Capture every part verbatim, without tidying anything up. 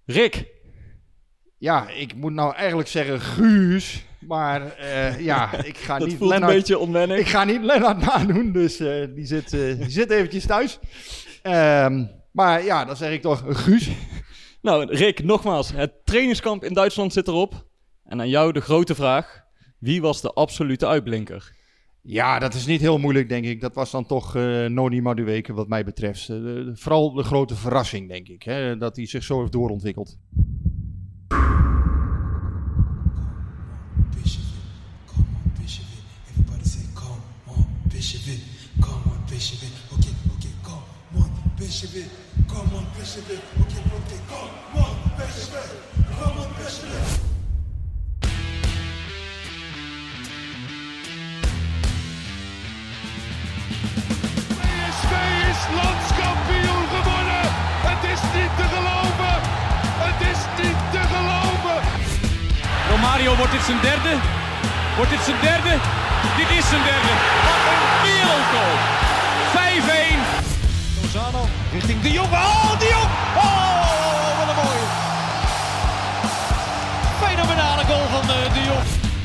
Rick. Ja, ik moet nou eigenlijk zeggen Guus. Maar uh, ja, ik ga dat niet voelt Lennart... een beetje onwennig. Ik ga niet Lennart nadoen, dus uh, die, zit, uh, die zit eventjes thuis. Um, maar ja, dan zeg ik toch Guus. Nou, Rick, nogmaals. Het trainingskamp in Duitsland zit erop. En aan jou de grote vraag. Wie was de absolute uitblinker? Ja, dat is niet heel moeilijk, denk ik. Dat was dan toch uh, Noni Madueke, wat mij betreft. Uh, de, vooral de grote verrassing, denk ik. Hè, dat hij zich zo heeft doorontwikkeld. Landskampioen gewonnen. Het is niet te geloven. Het is niet te geloven. Romario, wordt dit zijn derde? Wordt dit zijn derde? Dit is zijn derde. Wat een wereldgoal. vijf-een. Lozano richting De Jong. Oh, De Jong. Oh, wat een mooie. Fenomenale goal van uh, De Jong.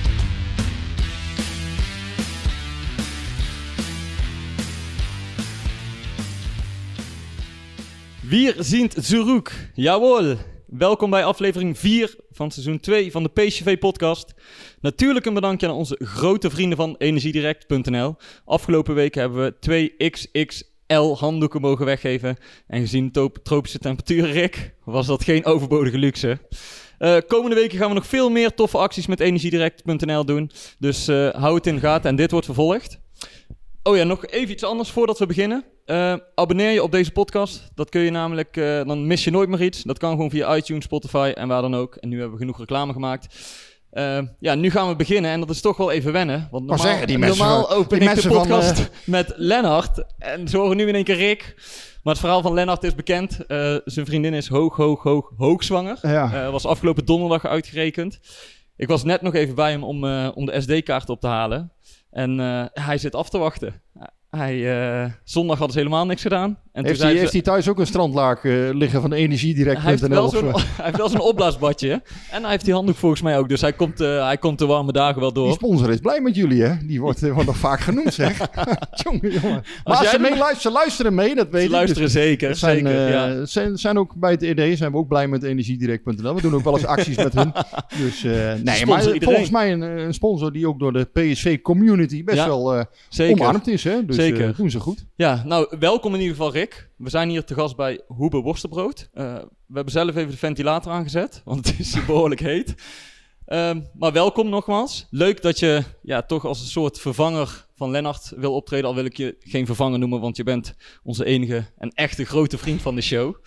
Wir sind zurück. Jawohl. Welkom bij aflevering vier van seizoen twee van de P S V-podcast. Natuurlijk een bedankje aan onze grote vrienden van energiedirect punt n l. Afgelopen week hebben we twee X X L handdoeken mogen weggeven. En gezien de tropische temperaturen, Rick, was dat geen overbodige luxe. Uh, komende weken gaan we nog veel meer toffe acties met energiedirect punt n l doen. Dus uh, hou het in de gaten en dit wordt vervolgd. Oh ja, nog even iets anders voordat we beginnen. Uh, abonneer je op deze podcast. Dat kun je namelijk, uh, dan mis je nooit meer iets. Dat kan gewoon via iTunes, Spotify en waar dan ook. En nu hebben we genoeg reclame gemaakt. Uh, ja, nu gaan we beginnen en dat is toch wel even wennen. Want normaal, zeggen, die mensen normaal van, open die ik de mensen podcast van, uh... met Lennart. En ze horen nu in één keer Rick. Maar het verhaal van Lennart is bekend. Uh, zijn vriendin is hoog, hoog, hoog, hoogzwanger. Ja. Uh, was afgelopen donderdag uitgerekend. Ik was net nog even bij hem om, uh, om de S D-kaart op te halen. En uh, hij zit af te wachten. Hij, uh, zondag hadden ze helemaal niks gedaan. En heeft toen hij ze, heeft thuis ook een strandlaak uh, liggen van energiedirect punt n l? Hij, hij heeft wel zo'n opblaasbadje. En hij heeft die handdoek volgens mij ook. Dus hij komt, uh, hij komt de warme dagen wel door. Die sponsor is blij met jullie, hè? Die wordt, uh, wordt nog vaak genoemd, zeg. Jongen, jongen. Maar als ze, mee luisteren, ze luisteren mee, dat weet ik. Ze luisteren dus zeker. Zijn, zeker uh, ja. zijn, zijn ook bij het E D zijn we ook blij met energiedirect punt n l. We doen ook wel eens acties met hun. Dus uh, nee, maar iedereen. Volgens mij een, een sponsor die ook door de P S V-community best ja, wel uh, omarmd is, hè? Dus zeker. Uh, doen ze goed. Ja, nou, welkom in ieder geval, Rick. We zijn hier te gast bij Hoebe Worstenbrood. Uh, we hebben zelf even de ventilator aangezet, want het is hier behoorlijk heet. Uh, maar welkom nogmaals. Leuk dat je ja, toch als een soort vervanger van Lennart wil optreden. Al wil ik je geen vervanger noemen, want je bent onze enige en echte grote vriend van de show.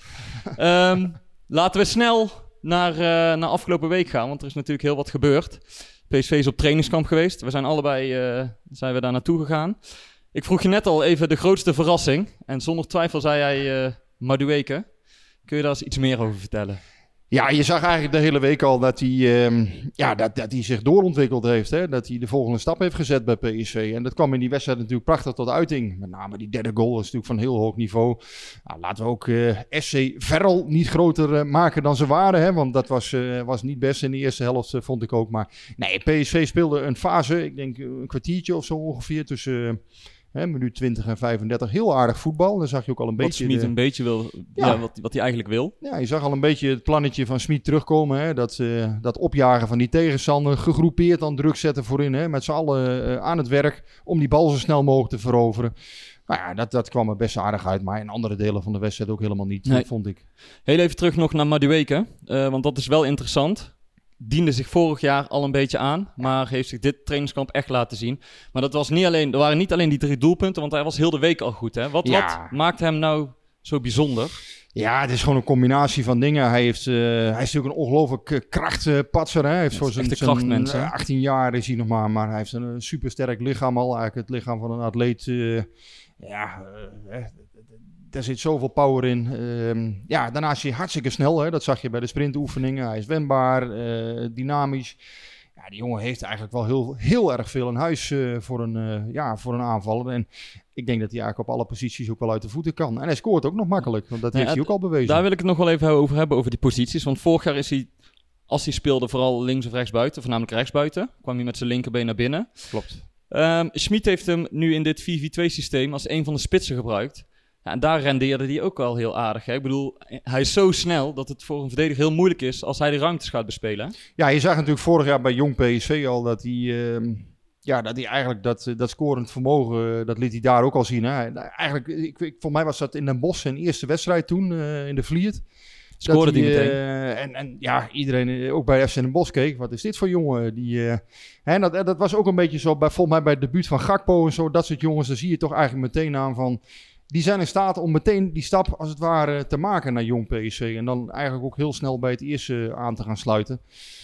Um, laten we snel naar, uh, naar afgelopen week gaan, want er is natuurlijk heel wat gebeurd. P S V is op trainingskamp geweest. We zijn allebei uh, zijn we daar naartoe gegaan. Ik vroeg je net al even de grootste verrassing. En zonder twijfel zei jij uh, Madueke. Kun je daar eens iets meer over vertellen? Ja, je zag eigenlijk de hele week al dat hij, um, ja, dat, dat hij zich doorontwikkeld heeft. Hè? Dat hij de volgende stap heeft gezet bij P S V. En dat kwam in die wedstrijd natuurlijk prachtig tot uiting. Met name die derde goal was natuurlijk van heel hoog niveau. Nou, laten we ook uh, S C Verl niet groter uh, maken dan ze waren. Hè? Want dat was, uh, was niet best in de eerste helft, uh, vond ik ook. Maar nee, P S V speelde een fase, ik denk een kwartiertje of zo ongeveer, tussen... Uh, He, minuut twintig en vijfendertig, heel aardig voetbal. Dan zag je ook al een wat beetje... Smit de... een beetje wil, ja. Ja, wat, wat hij eigenlijk wil. Ja, je zag al een beetje het plannetje van Smit terugkomen. Hè? Dat, uh, dat opjagen van die tegenstander, gegroepeerd aan druk zetten voorin. Hè? Met z'n allen uh, aan het werk om die bal zo snel mogelijk te veroveren. Nou ja, dat, dat kwam er best aardig uit. Maar in andere delen van de wedstrijd ook helemaal niet, nee. vond ik. Heel even terug nog naar Madueke. Uh, want dat is wel interessant. Diende zich vorig jaar al een beetje aan, maar heeft zich dit trainingskamp echt laten zien. Maar dat was niet alleen, er waren niet alleen die drie doelpunten, want hij was heel de week al goed. Hè? Wat, ja. wat maakt hem nou zo bijzonder? Ja, het is gewoon een combinatie van dingen. Hij, heeft, uh, hij is natuurlijk een ongelooflijk krachtpatser. Hij heeft voor zijn, zijn achttien jaar is hij nog maar, maar hij heeft een supersterk lichaam al. Eigenlijk het lichaam van een atleet. Uh, ja, uh, daar zit zoveel power in. Uh, ja, daarnaast is hij hartstikke snel. Hè? Dat zag je bij de sprintoefeningen. Hij is wendbaar, uh, dynamisch. Ja, die jongen heeft eigenlijk wel heel, heel erg veel in huis uh, voor, een, uh, ja, voor een aanvaller. En ik denk dat hij eigenlijk op alle posities ook wel uit de voeten kan. En hij scoort ook nog makkelijk, want dat ja, heeft hij ook al bewezen. Daar wil ik het nog wel even over hebben, over die posities. Want vorig jaar is hij, als hij speelde, vooral links of rechts buiten, voornamelijk rechts buiten. Kwam hij met zijn linkerbeen naar binnen. Klopt. Um, Schmid heeft hem nu in dit vier vier twee systeem als een van de spitsen gebruikt. Ja, en daar rendeerde hij ook wel heel aardig. Hè? Ik bedoel, hij is zo snel dat het voor een verdediger heel moeilijk is als hij de ruimtes gaat bespelen. Ja, je zag natuurlijk vorig jaar bij Jong P S V al dat hij, uh, ja, dat hij eigenlijk dat, dat scorend vermogen, dat liet hij daar ook al zien. Hè? Eigenlijk, ik, ik, voor mij was dat in Den Bosch zijn eerste wedstrijd toen, uh, in de Vliert. Scoorde die meteen. Uh, en, en ja, iedereen ook bij F C Den Bosch keek. Wat is dit voor jongen? Die, uh, hè, dat, dat was ook een beetje zo, bij, volgens mij bij het debuut van Gakpo en zo. Dat soort jongens, daar zie je toch eigenlijk meteen aan van... Die zijn in staat om meteen die stap als het ware te maken naar Jong P S V. En dan eigenlijk ook heel snel bij het eerste aan te gaan sluiten.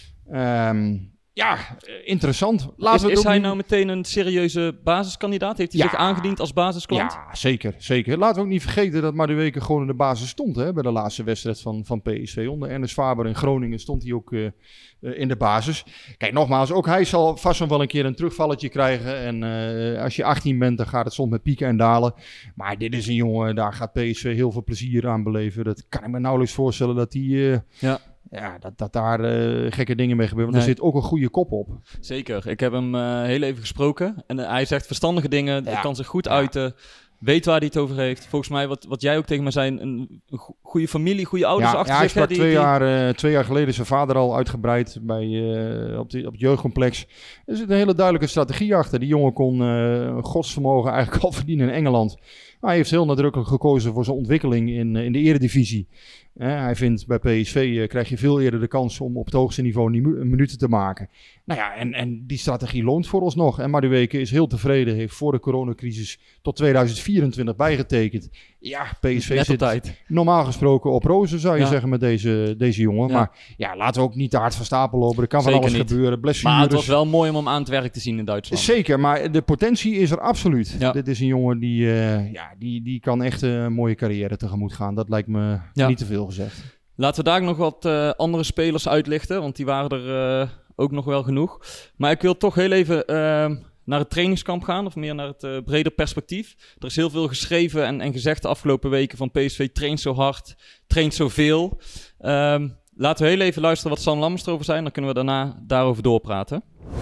Um, Ja, interessant. Laten is is hij nu... nou meteen een serieuze basiskandidaat? Heeft hij ja. zich aangediend als basisklant? Ja, zeker, zeker. Laten we ook niet vergeten dat Madueke gewoon in de basis stond. Hè, bij de laatste wedstrijd van, van P S V. Onder Ernest Faber in Groningen stond hij ook uh, uh, in de basis. Kijk, nogmaals, ook hij zal vast nog wel een keer een terugvalletje krijgen. En uh, als je achttien bent, dan gaat het soms met pieken en dalen. Maar dit is een jongen, daar gaat P S V heel veel plezier aan beleven. Dat kan ik me nauwelijks voorstellen dat hij... Uh, ja. Ja, dat, dat daar uh, gekke dingen mee gebeuren. Want nee. Er zit ook een goede kop op. Zeker. Ik heb hem uh, heel even gesproken. En uh, hij zegt verstandige dingen. Ja. Hij kan zich goed ja. uiten. Weet waar hij het over heeft. Volgens mij, wat, wat jij ook tegen me zei, een, een goede familie, goede ouders ja, achter ja, zich. Hij sprak die, twee, die... jaar, uh, twee jaar geleden zijn vader al uitgebreid bij, uh, op, die, op het jeugdcomplex. Er zit een hele duidelijke strategie achter. Die jongen kon uh, godsvermogen eigenlijk al verdienen in Engeland. Maar hij heeft heel nadrukkelijk gekozen voor zijn ontwikkeling in, in de eredivisie. Eh, hij vindt bij P S V uh, krijg je veel eerder de kans om op het hoogste niveau nu- minuten te maken. Nou ja, en, en die strategie loont voor ons nog. En Madueke is heel tevreden, heeft voor de coronacrisis tot tweeduizend vierentwintig bijgetekend. Ja, P S V Net zit tijd. normaal gesproken op rozen, zou je ja. zeggen, met deze, deze jongen. Ja. Maar ja, laten we ook niet te hard van stapel lopen. Er kan Zeker van alles niet. gebeuren. Blessures. Maar het was wel mooi om hem aan het werk te zien in Duitsland. Zeker, maar de potentie is er absoluut. Ja. Dit is een jongen die, uh, ja, die, die kan echt een mooie carrière tegemoet gaan. Dat lijkt me ja. niet te veel gezegd. Laten we daar nog wat uh, andere spelers uitlichten, want die waren er uh, ook nog wel genoeg. Maar ik wil toch heel even uh, naar het trainingskamp gaan, of meer naar het uh, breder perspectief. Er is heel veel geschreven en, en gezegd de afgelopen weken van P S V traint zo hard, traint zoveel. Um, laten we heel even luisteren wat Sam Lammers erover zijn, dan kunnen we daarna daarover doorpraten.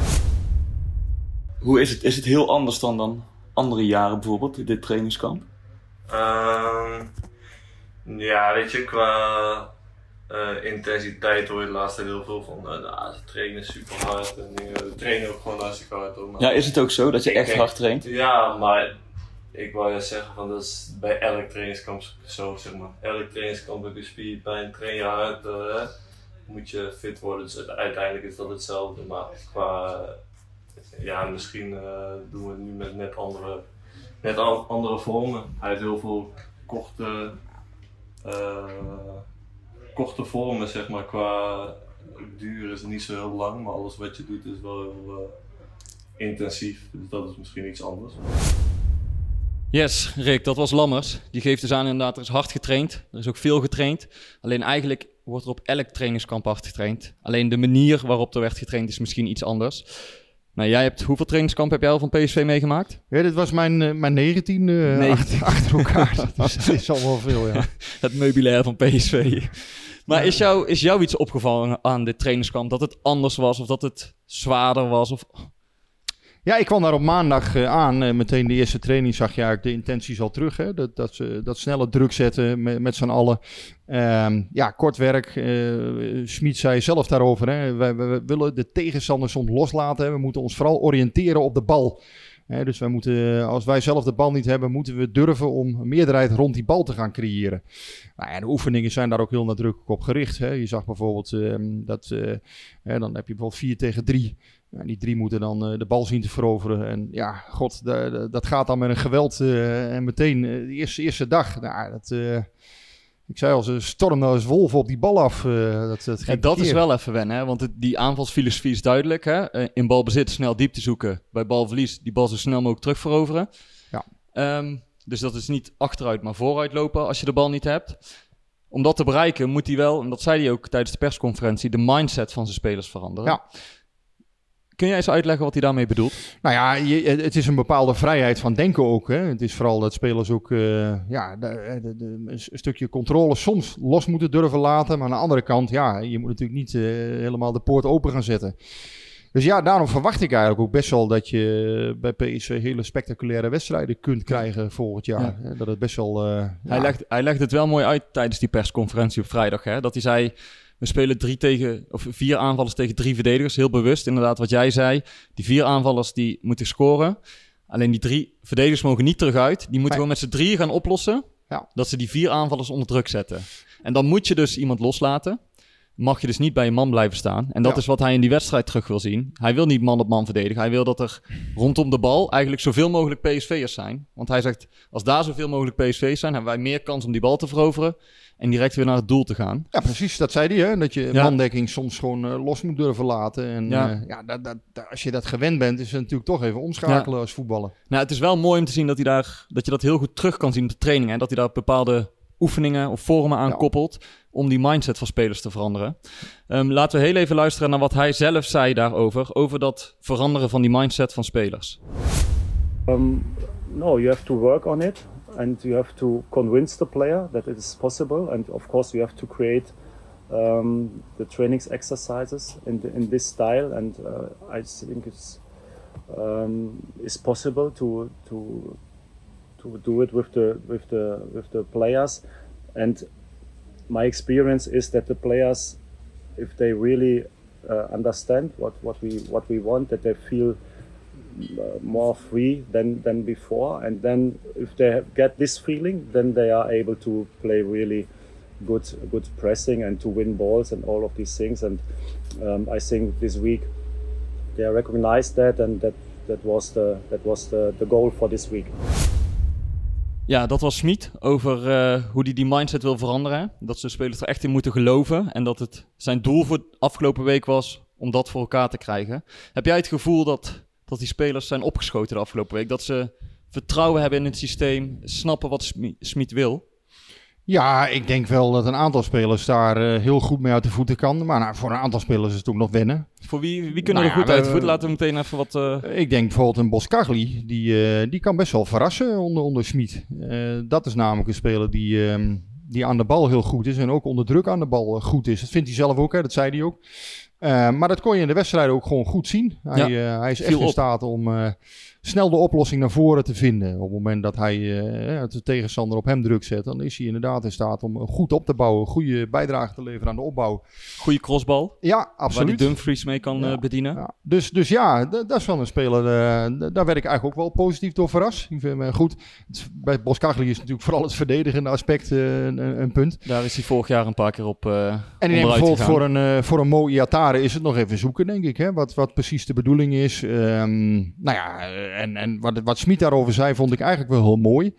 Hoe is het? Is het heel anders dan, dan andere jaren bijvoorbeeld, dit trainingskamp? Uh, ja, weet je, qua... Uh, intensiteit hoor je de laatste tijd heel veel van, uh, nou, ze trainen super hard en dingen, ze trainen ook gewoon hartstikke hard. Hoor. Maar ja, is het ook zo dat je echt denk, hard traint? Ja, maar ik wou juist zeggen van dat is bij elk trainingskamp zo, zeg maar. Elk trainingskamp heb je spierpijn, train je hard, uh, moet je fit worden, dus uiteindelijk is dat hetzelfde, maar qua, uh, ja, misschien uh, doen we het nu met net andere, net al, andere vormen. Hij heeft heel veel korte, uh, korte vormen, zeg maar, qua duur is het niet zo heel lang, maar alles wat je doet is wel heel uh, intensief, dus dat is misschien iets anders. Yes, Rick, dat was Lammers. Die geeft dus aan inderdaad, er is hard getraind, er is ook veel getraind. Alleen eigenlijk wordt er op elk trainingskamp hard getraind. Alleen de manier waarop er werd getraind is misschien iets anders. Nou, jij hebt, hoeveel trainingskampen heb jij al van P S V meegemaakt? Ja, dit was mijn, uh, mijn negentiende uh, achter, achter elkaar. dat, is, dat is al wel veel, ja. Het meubilair van P S V. Maar is jou, is jou iets opgevallen aan dit trainingskamp? Dat het anders was of dat het zwaarder was? Of... Ja, ik kwam daar op maandag uh, aan. Uh, meteen de eerste training zag je eigenlijk de intenties al terug. Hè? Dat, dat, ze, dat snelle druk zetten met, met z'n allen. Um, ja, kort werk. Uh, Schmid zei zelf daarover. Hè? Wij, wij, wij willen de tegenstander soms loslaten. Hè? We moeten ons vooral oriënteren op de bal. Hè? Dus wij moeten, als wij zelf de bal niet hebben, moeten we durven om een meerderheid rond die bal te gaan creëren. Nou ja, de oefeningen zijn daar ook heel nadrukkelijk op gericht. Hè? Je zag bijvoorbeeld um, dat, uh, hè, dan heb je bijvoorbeeld vier tegen drie. Ja, die drie moeten dan uh, de bal zien te veroveren. En ja, god, de, de, dat gaat dan met een geweld. Uh, en meteen uh, de eerste, eerste dag. Nou, dat, uh, ik zei al, ze stormden als wolven op die bal af. Uh, dat dat, ja, dat is wel even wennen, hè? Want het, die aanvalsfilosofie is duidelijk. Hè? Uh, in balbezit snel diepte zoeken. Bij balverlies die bal zo snel mogelijk terugveroveren. Ja. Um, dus dat is niet achteruit, maar vooruit lopen als je de bal niet hebt. Om dat te bereiken moet hij wel, en dat zei hij ook tijdens de persconferentie, de mindset van zijn spelers veranderen. Ja. Kun jij eens uitleggen wat hij daarmee bedoelt? Nou ja, je, het is een bepaalde vrijheid van denken ook. Hè. Het is vooral dat spelers ook uh, ja, de, de, de, een stukje controle soms los moeten durven laten. Maar aan de andere kant, ja, je moet natuurlijk niet uh, helemaal de poort open gaan zetten. Dus ja, daarom verwacht ik eigenlijk ook best wel dat je bij P S V hele spectaculaire wedstrijden kunt krijgen volgend jaar. Ja. Dat het best wel... Uh, hij, ja. legt, hij legt het wel mooi uit tijdens die persconferentie op vrijdag. Hè? Dat hij zei, we spelen drie tegen, of vier aanvallers tegen drie verdedigers. Heel bewust, inderdaad, wat jij zei. Die vier aanvallers die moeten scoren. Alleen die drie verdedigers mogen niet terug uit. Die moeten nee. we met z'n drieën gaan oplossen. Ja. Dat ze die vier aanvallers onder druk zetten. En dan moet je dus iemand loslaten. Mag je dus niet bij je man blijven staan. En dat ja. is wat hij in die wedstrijd terug wil zien. Hij wil niet man op man verdedigen. Hij wil dat er rondom de bal eigenlijk zoveel mogelijk P S V'ers zijn. Want hij zegt, als daar zoveel mogelijk P S V'ers zijn, hebben wij meer kans om die bal te veroveren en direct weer naar het doel te gaan. Ja, precies. Dat zei hij, hè? Dat je ja. mandekking soms gewoon uh, los moet durven laten. En ja. Uh, ja, dat, dat, dat, als je dat gewend bent, is het natuurlijk toch even omschakelen ja. als voetballer. Nou, het is wel mooi om te zien dat hij daar, dat je dat heel goed terug kan zien op de training. Hè? Dat hij daar bepaalde oefeningen of vormen aan ja. koppelt om die mindset van spelers te veranderen. Um, laten we heel even luisteren naar wat hij zelf zei daarover, over dat veranderen van die mindset van spelers. Um, no, you have to work on it and you have to convince the player that it is possible, and of course you have to create um, the trainings exercises in, the, in this style, and uh, I think it's um, it's possible to to to do it with the with the with the players. And my experience is that the players, if they really uh, understand what, what we what we want, that they feel uh, more free than than before. And then if they have, get this feeling, then they are able to play really good good pressing and to win balls and all of these things. And um, I think this week they recognized that, and that that was the that was the, the goal for this week. Ja, dat was Smit over uh, hoe hij die mindset wil veranderen. Dat ze de spelers er echt in moeten geloven. En dat het zijn doel voor de afgelopen week was om dat voor elkaar te krijgen. Heb jij het gevoel dat, dat die spelers zijn opgeschoten de afgelopen week? Dat ze vertrouwen hebben in het systeem, snappen wat Smit wil? Ja, ik denk wel dat een aantal spelers daar uh, heel goed mee uit de voeten kan. Maar nou, voor een aantal spelers is het ook nog wennen. Voor wie, wie kunnen nou er goed ja, uit de voeten? Laten we meteen even wat... Uh... Ik denk bijvoorbeeld een Boskagli. Die, uh, die kan best wel verrassen onder, onder Smit. Uh, dat is namelijk een speler die, uh, die aan de bal heel goed is. En ook onder druk aan de bal goed is. Dat vindt hij zelf ook, hè? Dat zei hij ook. Uh, maar dat kon je in de wedstrijd ook gewoon goed zien. Hij, ja, uh, hij is echt in staat om... Uh, snel de oplossing naar voren te vinden. Op het moment dat hij uh, de tegenstander op hem druk zet, dan is hij inderdaad in staat om goed op te bouwen, goede bijdrage te leveren aan de opbouw. Goede crossbal. Ja, absoluut. Waar die Dumfries mee kan ja, uh, bedienen. Ja. Dus, dus ja, d- dat is wel een speler, uh, d- daar werd ik eigenlijk ook wel positief door verrast. Ik vind hem goed. Het, bij Boskagli is natuurlijk vooral het verdedigende aspect uh, een, een punt. Daar is hij vorig jaar een paar keer op uh, En ik denk bijvoorbeeld gegaan. voor een, uh, voor een Mo Iatare is het nog even zoeken, denk ik. Hè? Wat, wat precies de bedoeling is. Um, nou ja, en, en wat, wat Smit daarover zei, vond ik eigenlijk wel heel mooi.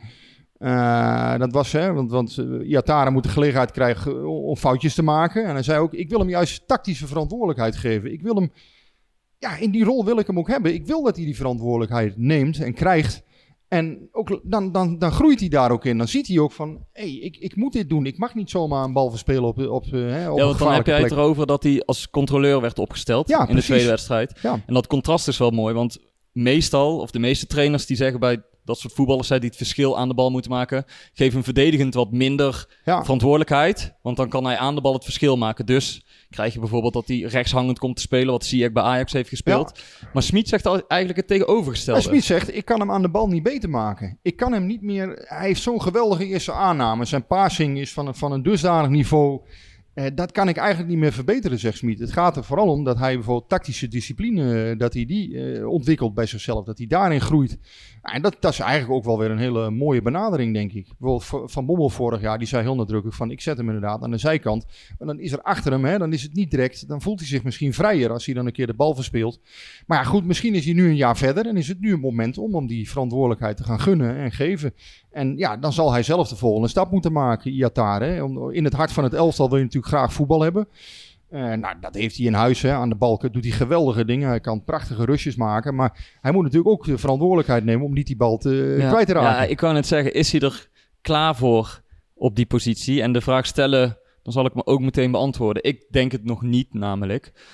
Uh, dat was, hè, want, want uh, Iatare moet de gelegenheid krijgen om foutjes te maken. En hij zei ook, ik wil hem juist tactische verantwoordelijkheid geven. Ik wil hem, ja, in die rol wil ik hem ook hebben. Ik wil dat hij die verantwoordelijkheid neemt en krijgt. En ook, dan, dan, dan groeit hij daar ook in. Dan ziet hij ook van, hé, hey, ik, ik moet dit doen. Ik mag niet zomaar een bal verspelen op, op, op ja, een want dan heb jij plek. het erover dat hij als controleur werd opgesteld ja, in precies. de tweede wedstrijd. Ja. En dat contrast is wel mooi, want meestal, of de meeste trainers die zeggen bij dat soort voetballers die het verschil aan de bal moeten maken, geven hem verdedigend wat minder ja. verantwoordelijkheid. Want dan kan hij aan de bal het verschil maken. Dus krijg je bijvoorbeeld dat hij rechtshangend komt te spelen, wat Ziyech bij Ajax heeft gespeeld. Ja. Maar Smit zegt al eigenlijk het tegenovergestelde. En Smit zegt, ik kan hem aan de bal niet beter maken. Ik kan hem niet meer... Hij heeft zo'n geweldige eerste aanname. Zijn passing is van een, van een dusdanig niveau... Uh, dat kan ik eigenlijk niet meer verbeteren, zegt Smit. Het gaat er vooral om dat hij bijvoorbeeld tactische discipline, uh, dat hij die uh, ontwikkelt bij zichzelf, dat hij daarin groeit. Uh, en dat, dat is eigenlijk ook wel weer een hele mooie benadering, denk ik. Bijvoorbeeld Van Bommel vorig jaar, die zei heel nadrukkelijk van, ik zet hem inderdaad aan de zijkant. En dan is er achter hem, hè, dan is het niet direct, dan voelt hij zich misschien vrijer als hij dan een keer de bal verspeelt. Maar ja, goed, misschien is hij nu een jaar verder en is het nu een moment om hem die verantwoordelijkheid te gaan gunnen en geven. En ja, dan zal hij zelf de volgende stap moeten maken, Iatare. In het hart van het elftal wil je natuurlijk graag voetbal hebben. Uh, nou, dat heeft hij in huis. Hè. Aan de balken doet hij geweldige dingen. Hij kan prachtige rushes maken. Maar hij moet natuurlijk ook de verantwoordelijkheid nemen om niet die bal te, ja, kwijt te raken. Ja, ik kan net zeggen, is hij er klaar voor op die positie? En de vraag stellen, dan zal ik me ook meteen beantwoorden. Ik denk het nog niet, namelijk.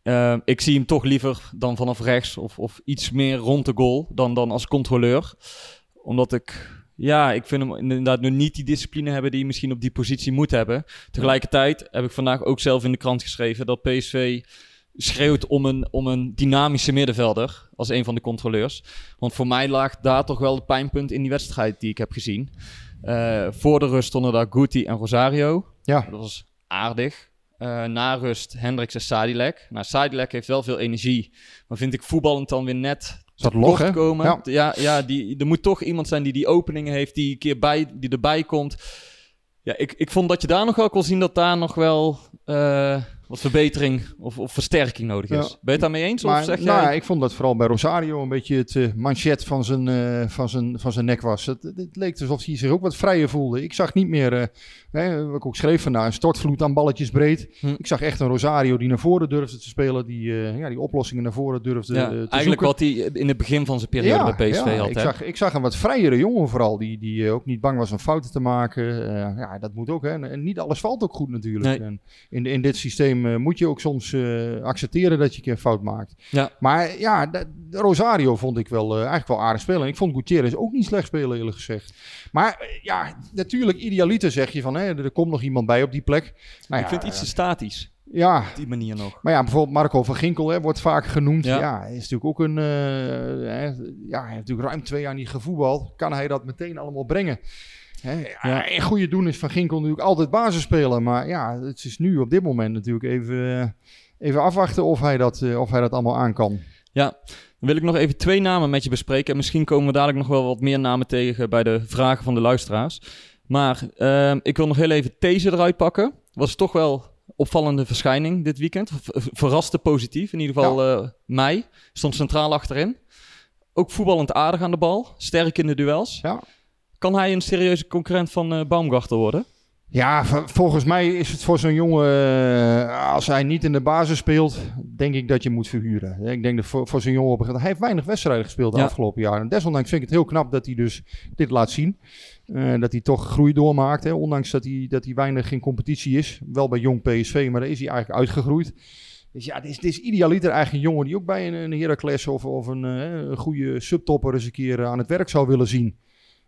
uh, ik zie hem toch liever dan vanaf rechts of, of iets meer rond de goal dan, dan als controleur. Omdat ik, ja, ik vind hem inderdaad nog niet die discipline hebben die hij misschien op die positie moet hebben. Tegelijkertijd heb ik vandaag ook zelf in de krant geschreven dat P S V schreeuwt om een, om een dynamische middenvelder als een van de controleurs. Want voor mij lag daar toch wel het pijnpunt in die wedstrijd die ik heb gezien. Uh, voor de rust stonden daar Guti en Rosario. Ja. Dat was aardig. Uh, na rust Hendricks en Sadilek. Nou, Sadilek heeft wel veel energie. Maar vind ik voetballend dan weer net dat log, hè? komen. Ja, ja, ja die, er moet toch iemand zijn die die openingen heeft, die een keer bij, die erbij komt. Ja, ik, ik vond dat je daar nog wel kon zien dat daar nog wel uh, wat verbetering of, of versterking nodig is. Ja. Ben je het daarmee eens? Maar, of zeg nou, jij... ik vond dat vooral bij Rosario een beetje het uh, manchet van zijn, uh, van, zijn, van zijn nek was. Het, het leek alsof hij zich ook wat vrijer voelde. Ik zag niet meer, uh, hè, wat ik ook schreef vandaag, een stortvloed aan balletjes breed. Hm. Ik zag echt een Rosario die naar voren durfde te spelen, die, uh, ja, die oplossingen naar voren durfde ja, uh, te eigenlijk zoeken. wat hij in het begin van zijn periode ja, bij P S V ja, had. Ik hè? zag, ik zag een wat vrijere jongen vooral, die, die uh, ook niet bang was om fouten te maken. Uh, ja, dat moet ook, hè. En niet alles valt ook goed natuurlijk. Nee. En in, in dit systeem uh, moet je ook soms uh, accepteren dat je een keer een fout maakt. Ja. Maar ja, de, de Rosario vond ik wel uh, eigenlijk wel aardig spelen. En ik vond Gutierrez ook niet slecht spelen, eerlijk gezegd. Maar uh, ja, natuurlijk, idealiter zeg je van, hè, er komt nog iemand bij op die plek. Nou, ik ja, vind het iets te statisch. Ja. Op die manier nog. Maar ja, bijvoorbeeld Marco van Ginkel hè, wordt vaak genoemd. Ja. Ja. ja, hij is natuurlijk ook een... Uh, hè, ja, hij heeft natuurlijk ruim twee jaar niet gevoetbald. Kan hij dat meteen allemaal brengen? Hè, ja. Een goede doen is Van Ginkel natuurlijk altijd basis spelen. Maar ja, het is nu op dit moment natuurlijk even, even afwachten of hij, dat, uh, of hij dat allemaal aan kan. Ja, dan wil ik nog even twee namen met je bespreken. En misschien komen we dadelijk nog wel wat meer namen tegen bij de vragen van de luisteraars. Maar uh, ik wil nog heel even These eruit pakken. Was toch wel opvallende verschijning dit weekend. V- verraste positief. In ieder geval ja. uh, mij. Stond centraal achterin. Ook voetballend aardig aan de bal. Sterk in de duels. Ja. Kan hij een serieuze concurrent van uh, Baumgartel worden? Ja, v- volgens mij is het voor zo'n jongen, uh, als hij niet in de basis speelt, denk ik dat je moet verhuren. Ik denk dat voor, voor zo'n jongen, op een, hij heeft weinig wedstrijden gespeeld de ja. afgelopen jaren. En desondanks vind ik het heel knap dat hij dus dit laat zien. Uh, dat hij toch groei doormaakt, hè, ondanks dat hij, dat hij weinig in competitie is. Wel bij jong P S V, maar daar is hij eigenlijk uitgegroeid. Dus ja, het is, het is idealiter eigenlijk een jongen die ook bij een, een Heracles of, of een, uh, een goede subtopper eens een keer uh, aan het werk zou willen zien.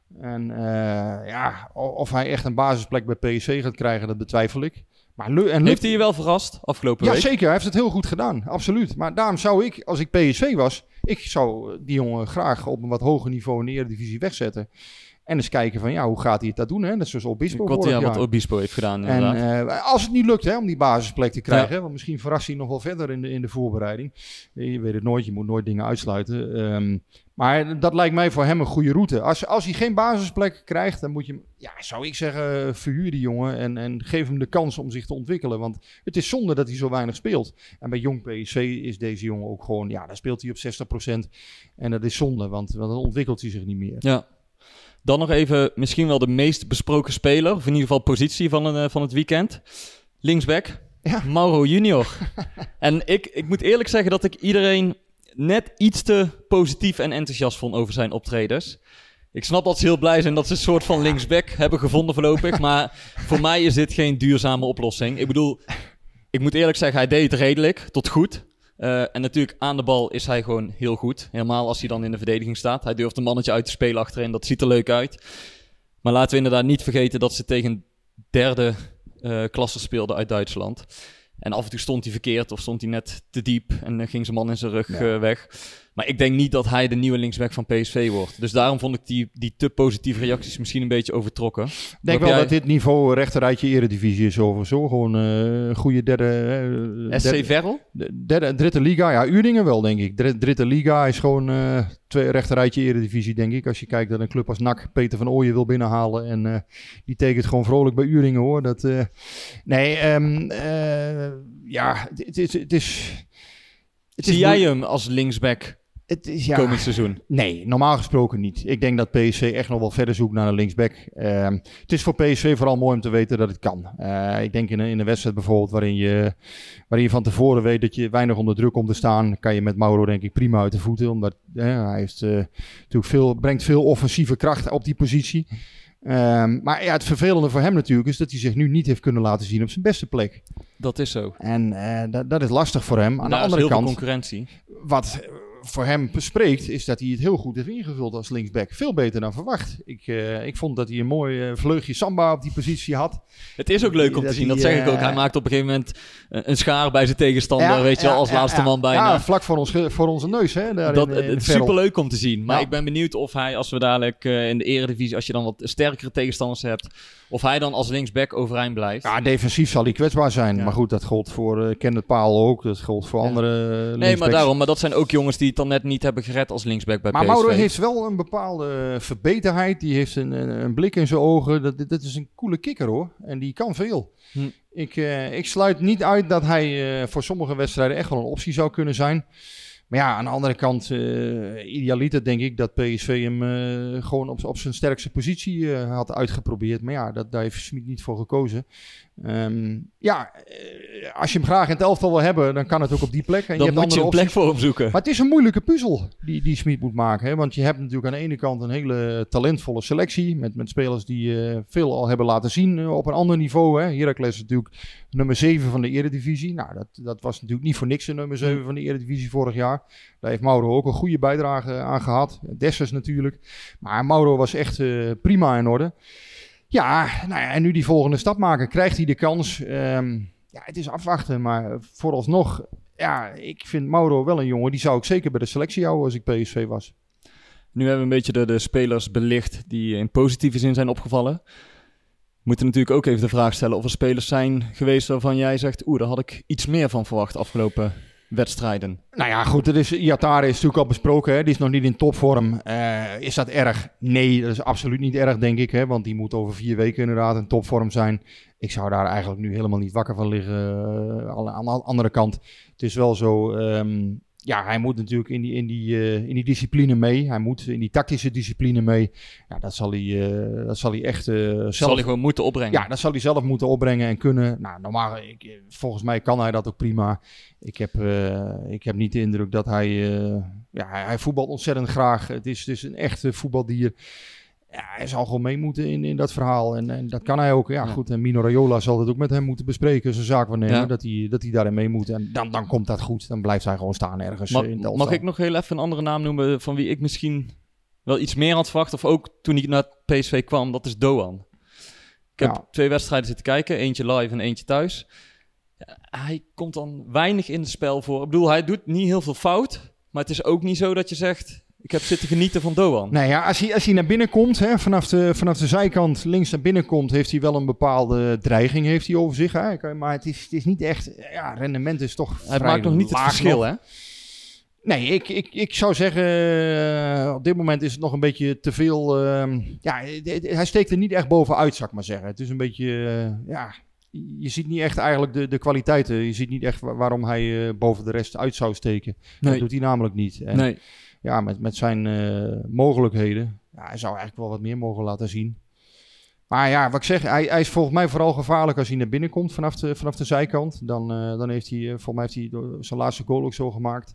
En uh, ja, of hij echt een basisplek bij P S V gaat krijgen, dat betwijfel ik. Maar lu- en heeft hij je wel verrast afgelopen ja, week? Ja, zeker. Hij heeft het heel goed gedaan. Absoluut. Maar daarom zou ik, als ik P S V was, ik zou die jongen graag op een wat hoger niveau in de Eredivisie wegzetten. En eens kijken van, ja, hoe gaat hij het dat doen? Hè? Net zoals Obispo wat, vorig ja, jaar. Wat Obispo heeft gedaan, en uh, als het niet lukt hè, om die basisplek te krijgen, ja. want misschien verrast hij nog wel verder in de, in de voorbereiding. Je weet het nooit, je moet nooit dingen uitsluiten. Um, maar dat lijkt mij voor hem een goede route. Als, als hij geen basisplek krijgt, dan moet je, ja, zou ik zeggen, verhuur die jongen en, en geef hem de kans om zich te ontwikkelen. Want het is zonde dat hij zo weinig speelt. En bij jong P S V is deze jongen ook gewoon, ja, dan speelt hij op zestig procent. En dat is zonde, want, want dan ontwikkelt hij zich niet meer. Ja. Dan nog even misschien wel de meest besproken speler, of in ieder geval positie van, een, van het weekend. Linksback, ja. Mauro Junior. En ik, ik moet eerlijk zeggen dat ik iedereen net iets te positief en enthousiast vond over zijn optredens. Ik snap dat ze heel blij zijn dat ze een soort van linksback hebben gevonden voorlopig. Maar voor mij is dit geen duurzame oplossing. Ik bedoel, ik moet eerlijk zeggen, hij deed het redelijk, tot goed. Uh, en natuurlijk aan de bal is hij gewoon heel goed. Helemaal als hij dan in de verdediging staat. Hij durft een mannetje uit te spelen achterin. Dat ziet er leuk uit. Maar laten we inderdaad niet vergeten dat ze tegen derde uh, klasse speelden uit Duitsland. En af en toe stond hij verkeerd of stond hij net te diep. En uh, ging zijn man in zijn rug ja. uh, weg. Maar ik denk niet dat hij de nieuwe linksback van P S V wordt. Dus daarom vond ik die, die te positieve reacties misschien een beetje overtrokken. Ik denk wel jij... dat dit niveau rechterrijtje Eredivisie is over zo. Gewoon een uh, goede derde... Uh, S C Verrel? Derde, dritte liga. Ja, Uerdingen wel, denk ik. Dritte, dritte liga is gewoon uh, twee rechterrijtje Eredivisie, denk ik. Als je kijkt dat een club als N A C Peter van Ooyen wil binnenhalen. En uh, die tekent gewoon vrolijk bij Uerdingen, hoor. Dat, uh, nee, um, uh, ja, het is... Het is het Zie is jij hem als linksback... Het is, ja, komend seizoen? Nee, normaal gesproken niet. Ik denk dat P S V echt nog wel verder zoekt naar een linksback. Uh, het is voor P S V vooral mooi om te weten dat het kan. Uh, ik denk in een, in een wedstrijd bijvoorbeeld waarin je, waarin je van tevoren weet dat je weinig onder druk komt te staan, kan je met Mauro denk ik prima uit de voeten. Omdat uh, hij heeft, uh, natuurlijk veel, brengt veel offensieve kracht op die positie. Uh, maar ja, het vervelende voor hem natuurlijk is dat hij zich nu niet heeft kunnen laten zien op zijn beste plek. Dat is zo. En uh, dat, dat is lastig voor hem. Aan nou, de andere heel kant, veel concurrentie. Wat voor hem bespreekt, is dat hij het heel goed heeft ingevuld als linksback. Veel beter dan verwacht. Ik, uh, ik vond dat hij een mooi uh, vleugje samba op die positie had. Het is ook leuk om dat te zien, die, dat zeg ik ook. uh, Hij maakt op een gegeven moment uh, een schaar bij zijn tegenstander, Ja, weet je ja, wel, als ja, laatste ja. man bijna. Ja, vlak voor, ons, voor onze neus. Hè, daar Dat, in, in het is Verrel. superleuk om te zien. Maar Ja. ik ben benieuwd of hij, als we dadelijk uh, in de eredivisie, als je dan wat sterkere tegenstanders hebt, of hij dan als linksback overeind blijft. Ja, defensief zal hij kwetsbaar zijn. Ja. Maar goed, dat gold voor uh, Kenneth Paal ook. Dat gold voor Ja. andere uh, Nee, maar linksbacks. daarom. Maar dat zijn ook jongens die het dan net niet hebben gered als linksback bij Maar P S V. Mauro heeft wel een bepaalde verbeterheid. Die heeft een, een, een blik in zijn ogen. Dat, dat is een coole kikker hoor. En die kan veel. Hm. Ik, uh, ik sluit niet uit dat hij uh, voor sommige wedstrijden echt wel een optie zou kunnen zijn. Maar ja, aan de andere kant, uh, idealiter denk ik dat P S V hem uh, gewoon op, op zijn sterkste positie uh, had uitgeprobeerd. Maar ja, dat, daar heeft Smit niet voor gekozen. Um, ja, uh, als je hem graag in het elftal wil hebben, dan kan het ook op die plek. En Dan je hebt moet je een andere plek voor hem zoeken. Maar het is een moeilijke puzzel die, die Smit moet maken. Hè? Want je hebt natuurlijk aan de ene kant een hele talentvolle selectie. Met, met spelers die uh, veel al hebben laten zien uh, op een ander niveau. Hè? Heracles is natuurlijk nummer zeven van de Eredivisie. Nou, dat, dat was natuurlijk niet voor niks de nummer zeven van de Eredivisie vorig jaar. Daar heeft Mauro ook een goede bijdrage aan gehad. Dessers natuurlijk. Maar Mauro was echt uh, prima in orde. Ja, nou ja, en nu die volgende stap maken. Krijgt hij de kans? Um, ja, het is afwachten. Maar vooralsnog, ja, ik vind Mauro wel een jongen. Die zou ik zeker bij de selectie houden als ik P S V was. Nu hebben we een beetje de, de spelers belicht die in positieve zin zijn opgevallen. We moeten natuurlijk ook even de vraag stellen of er spelers zijn geweest waarvan jij zegt, oeh, daar had ik iets meer van verwacht afgelopen wedstrijden. Nou ja, goed, dat is, Iatare is natuurlijk al besproken, hè? Die is nog niet in topvorm. Uh, is dat erg? Nee, dat is absoluut niet erg, denk ik, hè? Want die moet over vier weken inderdaad in topvorm zijn. Ik zou daar eigenlijk nu helemaal niet wakker van liggen. Uh, aan de andere kant, het is wel zo, um, ja, hij moet natuurlijk in die, in, die, uh, in die discipline mee. Hij moet in die tactische discipline mee. Ja, dat zal hij, uh, dat zal hij echt uh, zelf... Zal hij gewoon moeten opbrengen. Ja, dat zal hij zelf moeten opbrengen en kunnen. Nou, normaal, ik, volgens mij kan hij dat ook prima. Ik heb, uh, ik heb niet de indruk dat hij... Uh, ja, hij, hij voetbalt ontzettend graag. Het is, het is een echte voetbaldier. Ja, hij zal gewoon mee moeten in, in dat verhaal. En, en dat kan hij ook. Ja, ja. Goed. En Mino Raiola zal het ook met hem moeten bespreken. Zijn zaak waarnemen. Ja. Dat, hij, dat hij daarin mee moet. En dan, dan komt dat goed. Dan blijft hij gewoon staan ergens mag, in het elftal. Mag ik nog heel even een andere naam noemen van wie ik misschien wel iets meer had verwacht? Of ook toen hij naar P S V kwam. Dat is Doan. Ik heb ja. twee wedstrijden zitten kijken. Eentje live en eentje thuis. Ja, hij komt dan weinig in het spel voor. Ik bedoel, hij doet niet heel veel fout. Maar het is ook niet zo dat je zegt... Ik heb zitten genieten van Doan. Nou ja, als hij, als hij naar binnen komt, hè, vanaf, de, vanaf de zijkant links naar binnen komt, heeft hij wel een bepaalde dreiging heeft hij over zich. Hè. Maar het is, het is niet echt, ja, rendement is toch Hij maakt nog niet het verschil, nog. Hè? Nee, ik, ik, ik zou zeggen, uh, op dit moment is het nog een beetje te veel. Uh, ja, hij steekt er niet echt bovenuit, zou ik maar zeggen. Het is een beetje, uh, ja... Je ziet niet echt eigenlijk de, de kwaliteiten. Je ziet niet echt waarom hij uh, boven de rest uit zou steken. Nee. Dat doet hij namelijk niet. En nee. Ja, met, met zijn uh, mogelijkheden. Ja, hij zou eigenlijk wel wat meer mogen laten zien. Maar ja, wat ik zeg, hij, hij is volgens mij vooral gevaarlijk als hij naar binnen komt vanaf de, vanaf de zijkant. Dan, uh, dan heeft hij, uh, volgens mij heeft hij zijn laatste goal ook zo gemaakt.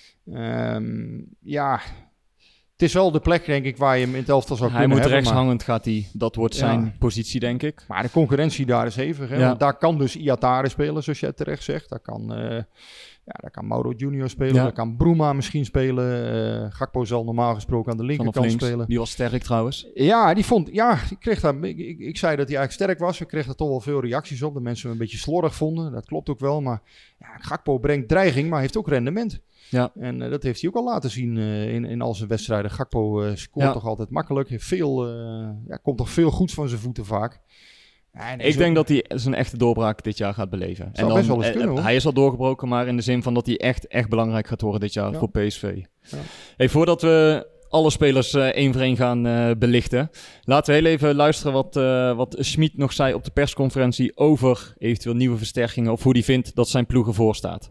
Um, ja... Het is wel de plek, denk ik, waar je hem in het elftal zou hij kunnen hebben. Hij moet rechtshangend gaat hij. Dat wordt zijn ja. positie, denk ik. Maar de concurrentie daar is hevig. Hè? Ja. Want daar kan dus Iatare spelen, zoals jij terecht zegt. Daar kan, uh, ja, daar kan Mauro Junior spelen. Ja. Daar kan Bruma misschien spelen. Uh, Gakpo zal normaal gesproken aan de linkerkant spelen. Die was sterk trouwens. Ja, die vond, ja ik, kreeg daar, ik, ik, ik zei dat hij eigenlijk sterk was. Ik kreeg er toch wel veel reacties op. Dat mensen hem een beetje slordig vonden. Dat klopt ook wel. Maar ja, Gakpo brengt dreiging, maar heeft ook rendement. Ja. En uh, dat heeft hij ook al laten zien uh, in, in al zijn wedstrijden. Gakpo uh, scoort ja. toch altijd makkelijk. Heeft veel, uh, ja, komt toch veel goeds van zijn voeten vaak. Ja, ik zo... denk dat hij zijn echte doorbraak dit jaar gaat beleven. En dan, best wel eens kunnen, hoor. Hij is al doorgebroken, maar in de zin van dat hij echt, echt belangrijk gaat worden dit jaar ja. voor P S V. Ja. Hey, voordat we alle spelers uh, één voor één gaan uh, belichten, laten we heel even luisteren wat, uh, wat Smit nog zei op de persconferentie over eventueel nieuwe versterkingen of hoe hij vindt dat zijn ploeg ervoor staat.